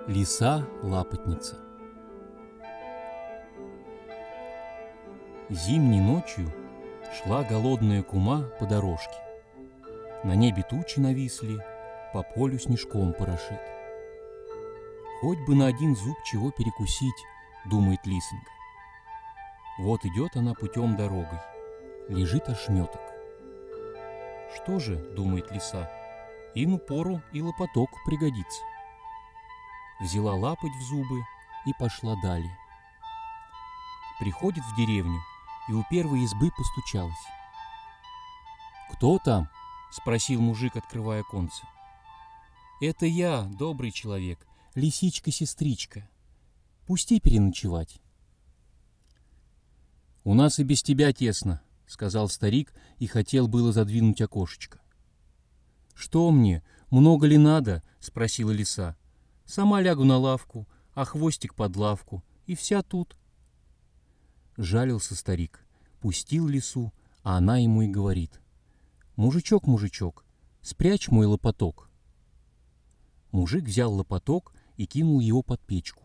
Лиса-лапотница. Зимней ночью шла голодная кума по дорожке. На небе тучи нависли, по полю снежком порошит. Хоть бы на один зуб чего перекусить, думает лисонька. Вот идет она путем дорогой, лежит ошметок. Что же, думает лиса, ину пору и лопоток пригодится. Взяла лапоть в зубы и пошла далее. Приходит в деревню и у первой избы постучалась. «Кто там?» — спросил мужик, открывая оконце. «Это я, добрый человек, лисичка-сестричка. Пусти переночевать». «У нас и без тебя тесно», — сказал старик и хотел было задвинуть окошечко. «Что мне, много ли надо?» — спросила лиса. «Сама лягу на лавку, а хвостик под лавку, и вся тут». Жалился старик, пустил лису, а она ему и говорит: «Мужичок, мужичок, спрячь мой лопоток». Мужик взял лопоток и кинул его под печку.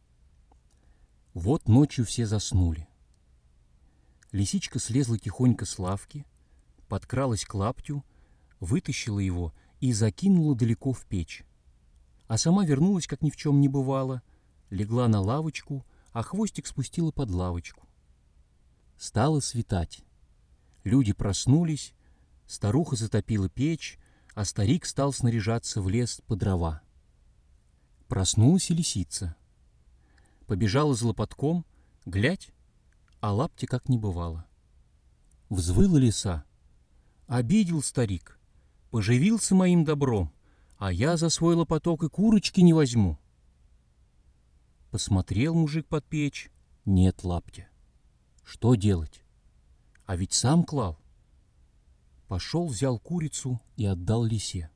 Вот ночью все заснули. Лисичка слезла тихонько с лавки, подкралась к лаптю, вытащила его и закинула далеко в печь. А сама вернулась, как ни в чем не бывало, легла на лавочку, а хвостик спустила под лавочку. Стало светать. Люди проснулись, старуха затопила печь, а старик стал снаряжаться в лес по дрова. Проснулась и лисица. Побежала за лопатком, глядь, а лапти как не бывало. Взвыла лиса. Обидел старик, поживился моим добром, а я за свой лопаток и курочки не возьму. Посмотрел мужик под печь, нет лаптя. Что делать? А ведь сам клал. Пошел, взял курицу и отдал лисе.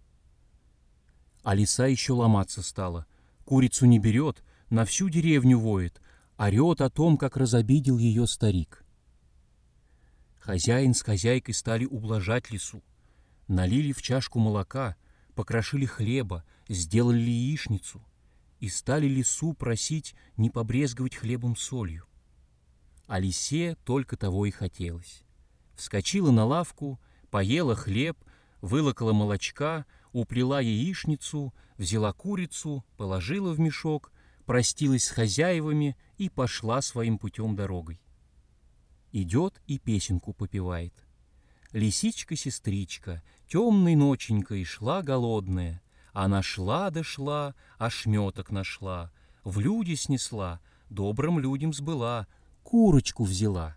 А лиса еще ломаться стала. Курицу не берет, на всю деревню воет, орет о том, как разобидел ее старик. Хозяин с хозяйкой стали ублажать лису. Налили в чашку молока, покрошили хлеба, сделали яичницу и стали лису просить не побрезговать хлебом солью. А лисе только того и хотелось. Вскочила на лавку, поела хлеб, вылокала молочка, уплела яичницу, взяла курицу, положила в мешок, простилась с хозяевами и пошла своим путем дорогой. Идет и песенку попевает. Лисичка-сестричка, темной ноченькой шла голодная. Она шла да шла, ошметок нашла, в люди снесла, добрым людям сбыла, курочку взяла.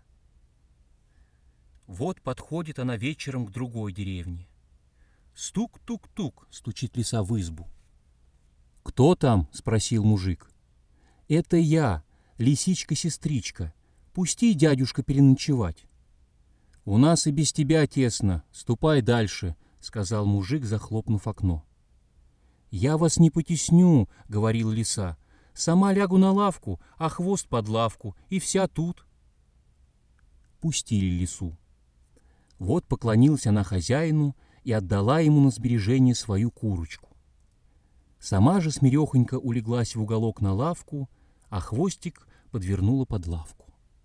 Вот подходит она вечером к другой деревне. Стук-тук-тук, стучит лиса в избу. «Кто там?» — спросил мужик. «Это я, лисичка-сестричка. Пусти, дядюшка, переночевать». «У нас и без тебя тесно, ступай дальше», — сказал мужик, захлопнув окно. «Я вас не потесню», — говорила лиса. «Сама лягу на лавку, а хвост под лавку, и вся тут». Пустили лису. Вот поклонилась она хозяину и отдала ему на сбережение свою курочку. Сама же смирехонько улеглась в уголок на лавку, а хвостик подвернула под лавку.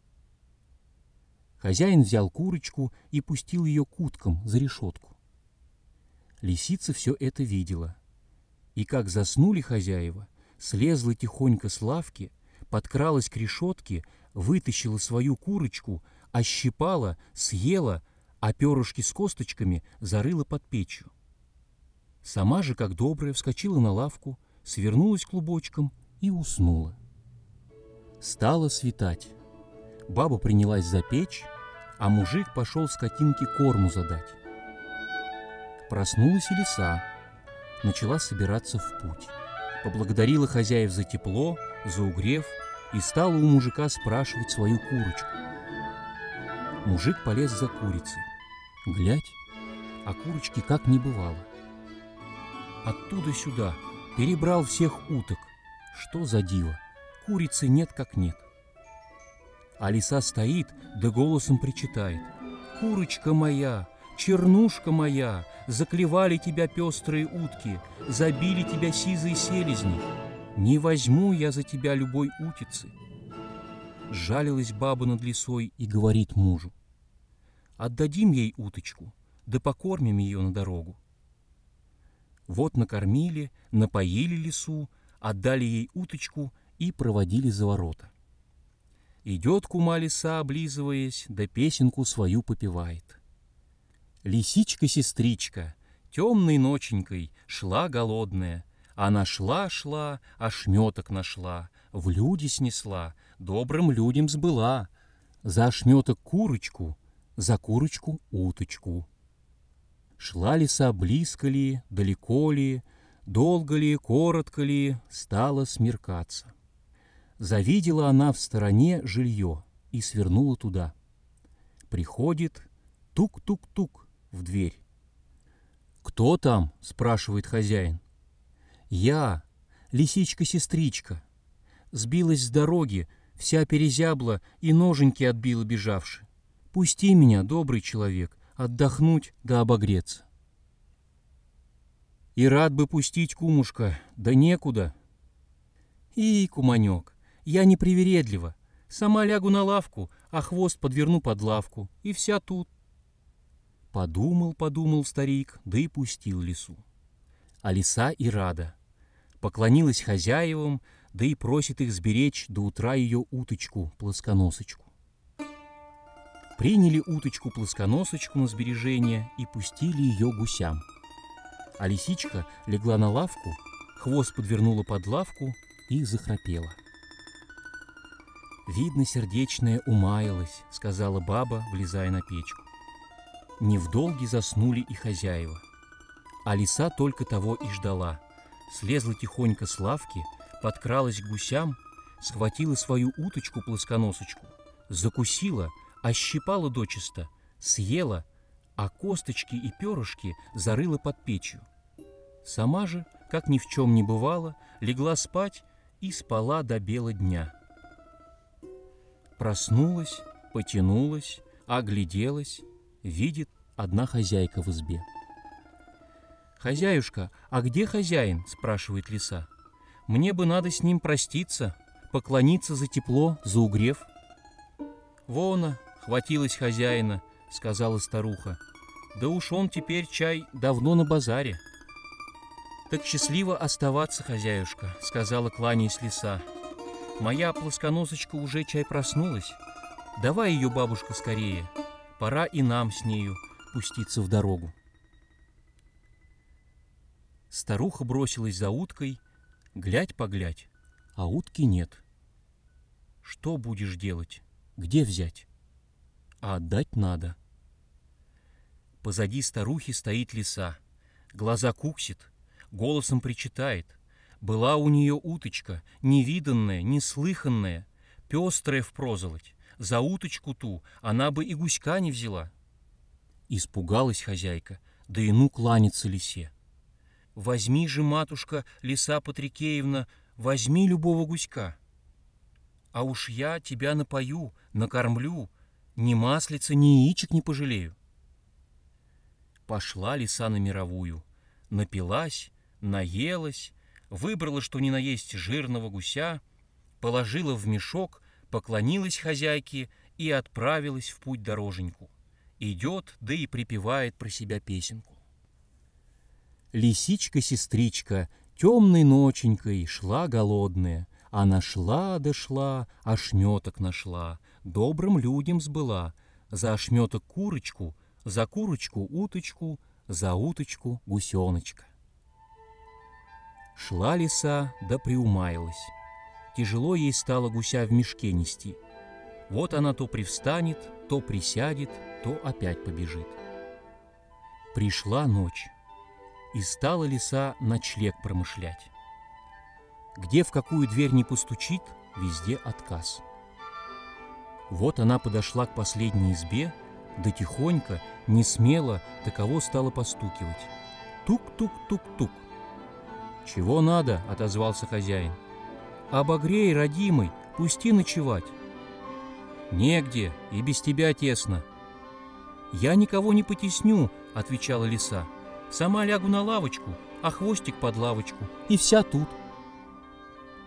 Хозяин взял курочку и пустил ее к уткам за решетку. Лисица все это видела. И как заснули хозяева, слезла тихонько с лавки, подкралась к решетке, вытащила свою курочку, ощипала, съела, а перышки с косточками зарыла под печью. Сама же, как добрая, вскочила на лавку, свернулась клубочком и уснула. Стало светать. Баба принялась за печь, а мужик пошел скотинке корму задать. Проснулась и лиса, начала собираться в путь. Поблагодарила хозяев за тепло, за угрев и стала у мужика спрашивать свою курочку. Мужик полез за курицей. Глядь, а курочки как не бывало. Оттуда сюда перебрал всех уток. Что за диво, курицы нет как нет. А лиса стоит, да голосом причитает: «Курочка моя, чернушка моя, заклевали тебя пестрые утки, забили тебя сизые селезни. Не возьму я за тебя любой утицы. Жалилась баба над лисой и говорит мужу: отдадим ей уточку, да покормим ее на дорогу. Вот накормили, напоили лису, отдали ей уточку и проводили за ворота. Идет кума лиса, облизываясь, да песенку свою попевает. Лисичка-сестричка темной ноченькой шла голодная. Она шла, ошметок нашла, в люди снесла, добрым людям сбыла. За ошметок курочку, за курочку уточку. Шла лиса близко ли, далеко ли, долго ли, коротко ли, стало смеркаться. Завидела она в стороне жилье и свернула туда. Приходит, тук-тук-тук в дверь. «Кто там?» — спрашивает хозяин. «Я, лисичка-сестричка. Сбилась с дороги, вся перезябла и ноженьки отбила бежавши. Пусти меня, добрый человек, отдохнуть да обогреться». «И рад бы пустить, кумушка, да некуда». «И, куманек, я не привередлива. Сама лягу на лавку, а хвост подверну под лавку, и вся тут». Подумал старик, да и пустил лису. А лиса и рада. Поклонилась хозяевам, да и просит их сберечь до утра ее уточку-плосконосочку. Приняли уточку-плосконосочку на сбережение и пустили ее гусям. А лисичка легла на лавку, хвост подвернула под лавку и захрапела. «Видно, сердечная умаялась», — сказала баба, влезая на печку. Не в долге заснули и хозяева. А лиса только того и ждала. Слезла тихонько с лавки, подкралась к гусям, схватила свою уточку-плосконосочку, закусила, ощипала дочисто, съела, а косточки и перышки зарыла под печью. Сама же, как ни в чем не бывало, легла спать и спала до бела дня. Проснулась, потянулась, огляделась, видит одна хозяйка в избе. «Хозяюшка, а где хозяин?» — спрашивает лиса. «Мне бы надо с ним проститься, поклониться за тепло, за угрев». «Вона, хватилась хозяина», — сказала старуха. «Да уж он теперь, чай, давно на базаре». «Так счастливо оставаться, хозяюшка», — сказала, кланяясь лиса. «Моя плосконосочка уже, чай, проснулась. Давай ее, бабушка, скорее. Пора и нам с нею пуститься в дорогу». Старуха бросилась за уткой, глядь-поглядь, а утки нет. Что будешь делать? Где взять? А отдать надо. Позади старухи стоит лиса, глаза куксит, голосом причитает. Была у нее уточка, невиданная, неслыханная, пестрая впрозолоть. За уточку ту она бы и гуська не взяла. Испугалась хозяйка, да и ну кланяться лисе. «Возьми же, матушка, лиса Патрикеевна, возьми любого гуська. А уж я тебя напою, накормлю, ни маслица, ни яичек не пожалею». Пошла лиса на мировую, напилась, наелась, выбрала, что ни на есть, жирного гуся, положила в мешок, поклонилась хозяйке и отправилась в путь дороженьку. Идет, да и припевает про себя песенку. Лисичка-сестричка темной ноченькой шла голодная. Она шла да шла, ошметок нашла, добрым людям сбыла. За ошметок курочку, за курочку уточку, за уточку гусеночка. Шла лиса да приумаялась. Тяжело ей стало гуся в мешке нести. Вот она то привстанет, то присядет, то опять побежит. Пришла ночь, и стала лиса ночлег промышлять. Где в какую дверь не постучит, везде отказ. Вот она подошла к последней избе, да тихонько, не смело, таково стала постукивать. Тук-тук-тук-тук. «Чего надо?» — отозвался хозяин. «Обогрей, родимый, пусти ночевать». «Негде, и без тебя тесно». «Я никого не потесню», — отвечала лиса. «Сама лягу на лавочку, а хвостик под лавочку, и вся тут».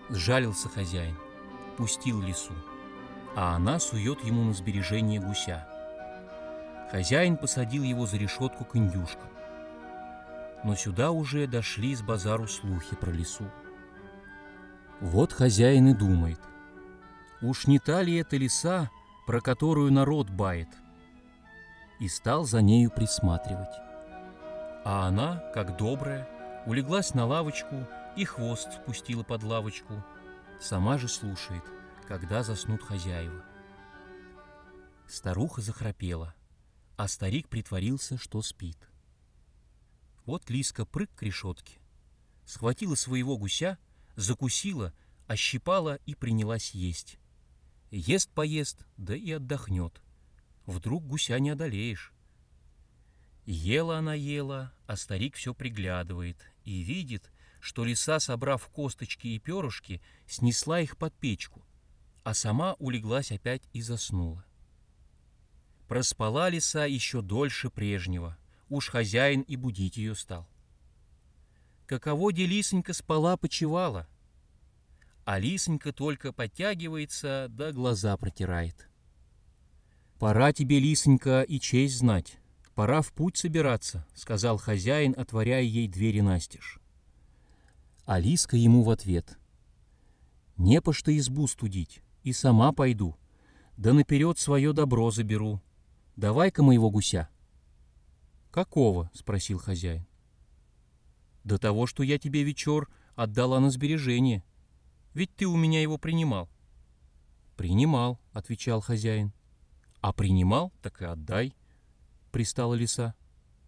Сжалился хозяин, пустил лису, а она сует ему на сбережение гуся. Хозяин посадил его за решетку к индюшкам. Но сюда уже дошли с базару слухи про лису. Вот хозяин и думает: уж не та ли это лиса, про которую народ бает? И стал за нею присматривать. А она, как добрая, улеглась на лавочку и хвост спустила под лавочку. Сама же слушает, когда заснут хозяева. Старуха захрапела, а старик притворился, что спит. Вот лиска прыг к решетке, схватила своего гуся, закусила, ощипала и принялась есть. Ест-поест, да и отдохнет. Вдруг гуся не одолеешь. Ела она, ела, а старик все приглядывает и видит, что лиса, собрав косточки и перышки, снесла их под печку, а сама улеглась опять и заснула. Проспала лиса еще дольше прежнего, уж хозяин и будить ее стал. Каково де лисонька спала-почевала, а лисонька только подтягивается да глаза протирает. «Пора тебе, лисонька, и честь знать, пора в путь собираться», — сказал хозяин, отворяя ей двери настежь. А лиска ему в ответ: «Не по что избу студить, и сама пойду, да наперед свое добро заберу. Давай-ка моего гуся». «Какого?» — спросил хозяин. «До того, что я тебе вечер отдала на сбережение. Ведь ты у меня его принимал». «Принимал», — отвечал хозяин. «А принимал, так и отдай», — пристала лиса.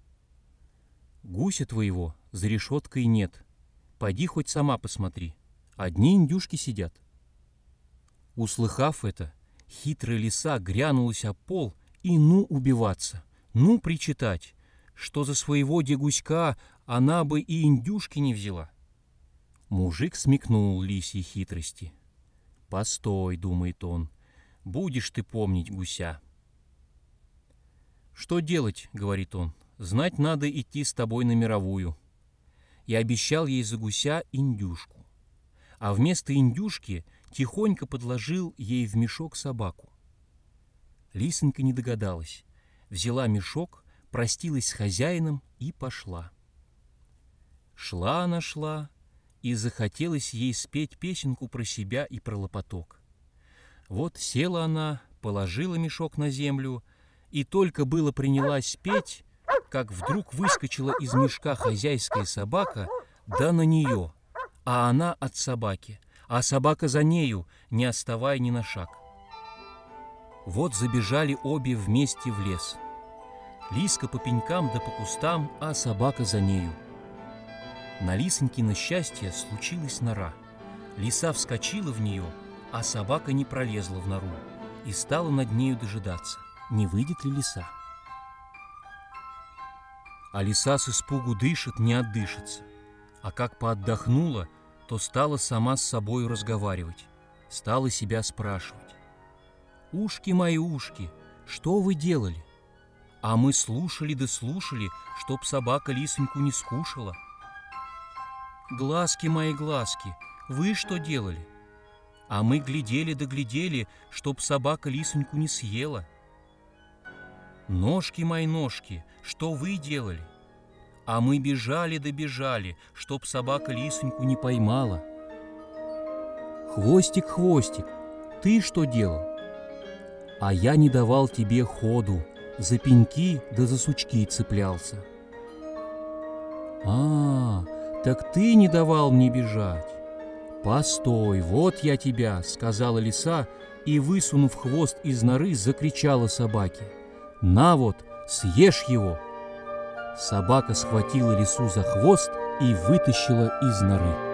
«Гуся твоего за решеткой нет. Пойди хоть сама посмотри. Одни индюшки сидят». Услыхав это, хитрая лиса грянулась о пол и ну убиваться, ну причитать, что за своего дегуська она бы и индюшки не взяла. Мужик смекнул лисьей хитрости. «Постой», — думает он, — «будешь ты помнить гуся». «Что делать?» — говорит он. «Знать надо идти с тобой на мировую». И обещал ей за гуся индюшку. А вместо индюшки тихонько подложил ей в мешок собаку. Лисонька не догадалась. Взяла мешок, простилась с хозяином и пошла. Шла она, шла, и захотелось ей спеть песенку про себя и про лопоток. Вот села она, положила мешок на землю, и только было принялась петь, как вдруг выскочила из мешка хозяйская собака, да на нее, а она от собаки, а собака за нею, не отставая ни на шаг. Вот забежали обе вместе в лес. Лиска по пенькам да по кустам, а собака за нею. На лисонькино счастье случилась нора. Лиса вскочила в нее, а собака не пролезла в нору и стала над нею дожидаться, не выйдет ли лиса. А лиса с испугу дышит, не отдышится, а как поотдохнула, то стала сама с собою разговаривать, стала себя спрашивать: «Ушки мои, ушки, что вы делали? А мы слушали да слушали, чтоб собака лисоньку не скушала. Глазки мои, глазки, вы что делали? А мы глядели да глядели, чтоб собака лисоньку не съела. Ножки мои, ножки, что вы делали? А мы бежали да бежали, чтоб собака лисоньку не поймала. Хвостик, хвостик, ты что делал? А я не давал тебе ходу, за пеньки да за сучки цеплялся. А, так ты не давал мне бежать. Постой, вот я тебя, сказала лиса, и, высунув хвост из норы, закричала собаке: «На вот, съешь его!» Собака схватила лису за хвост и вытащила из норы.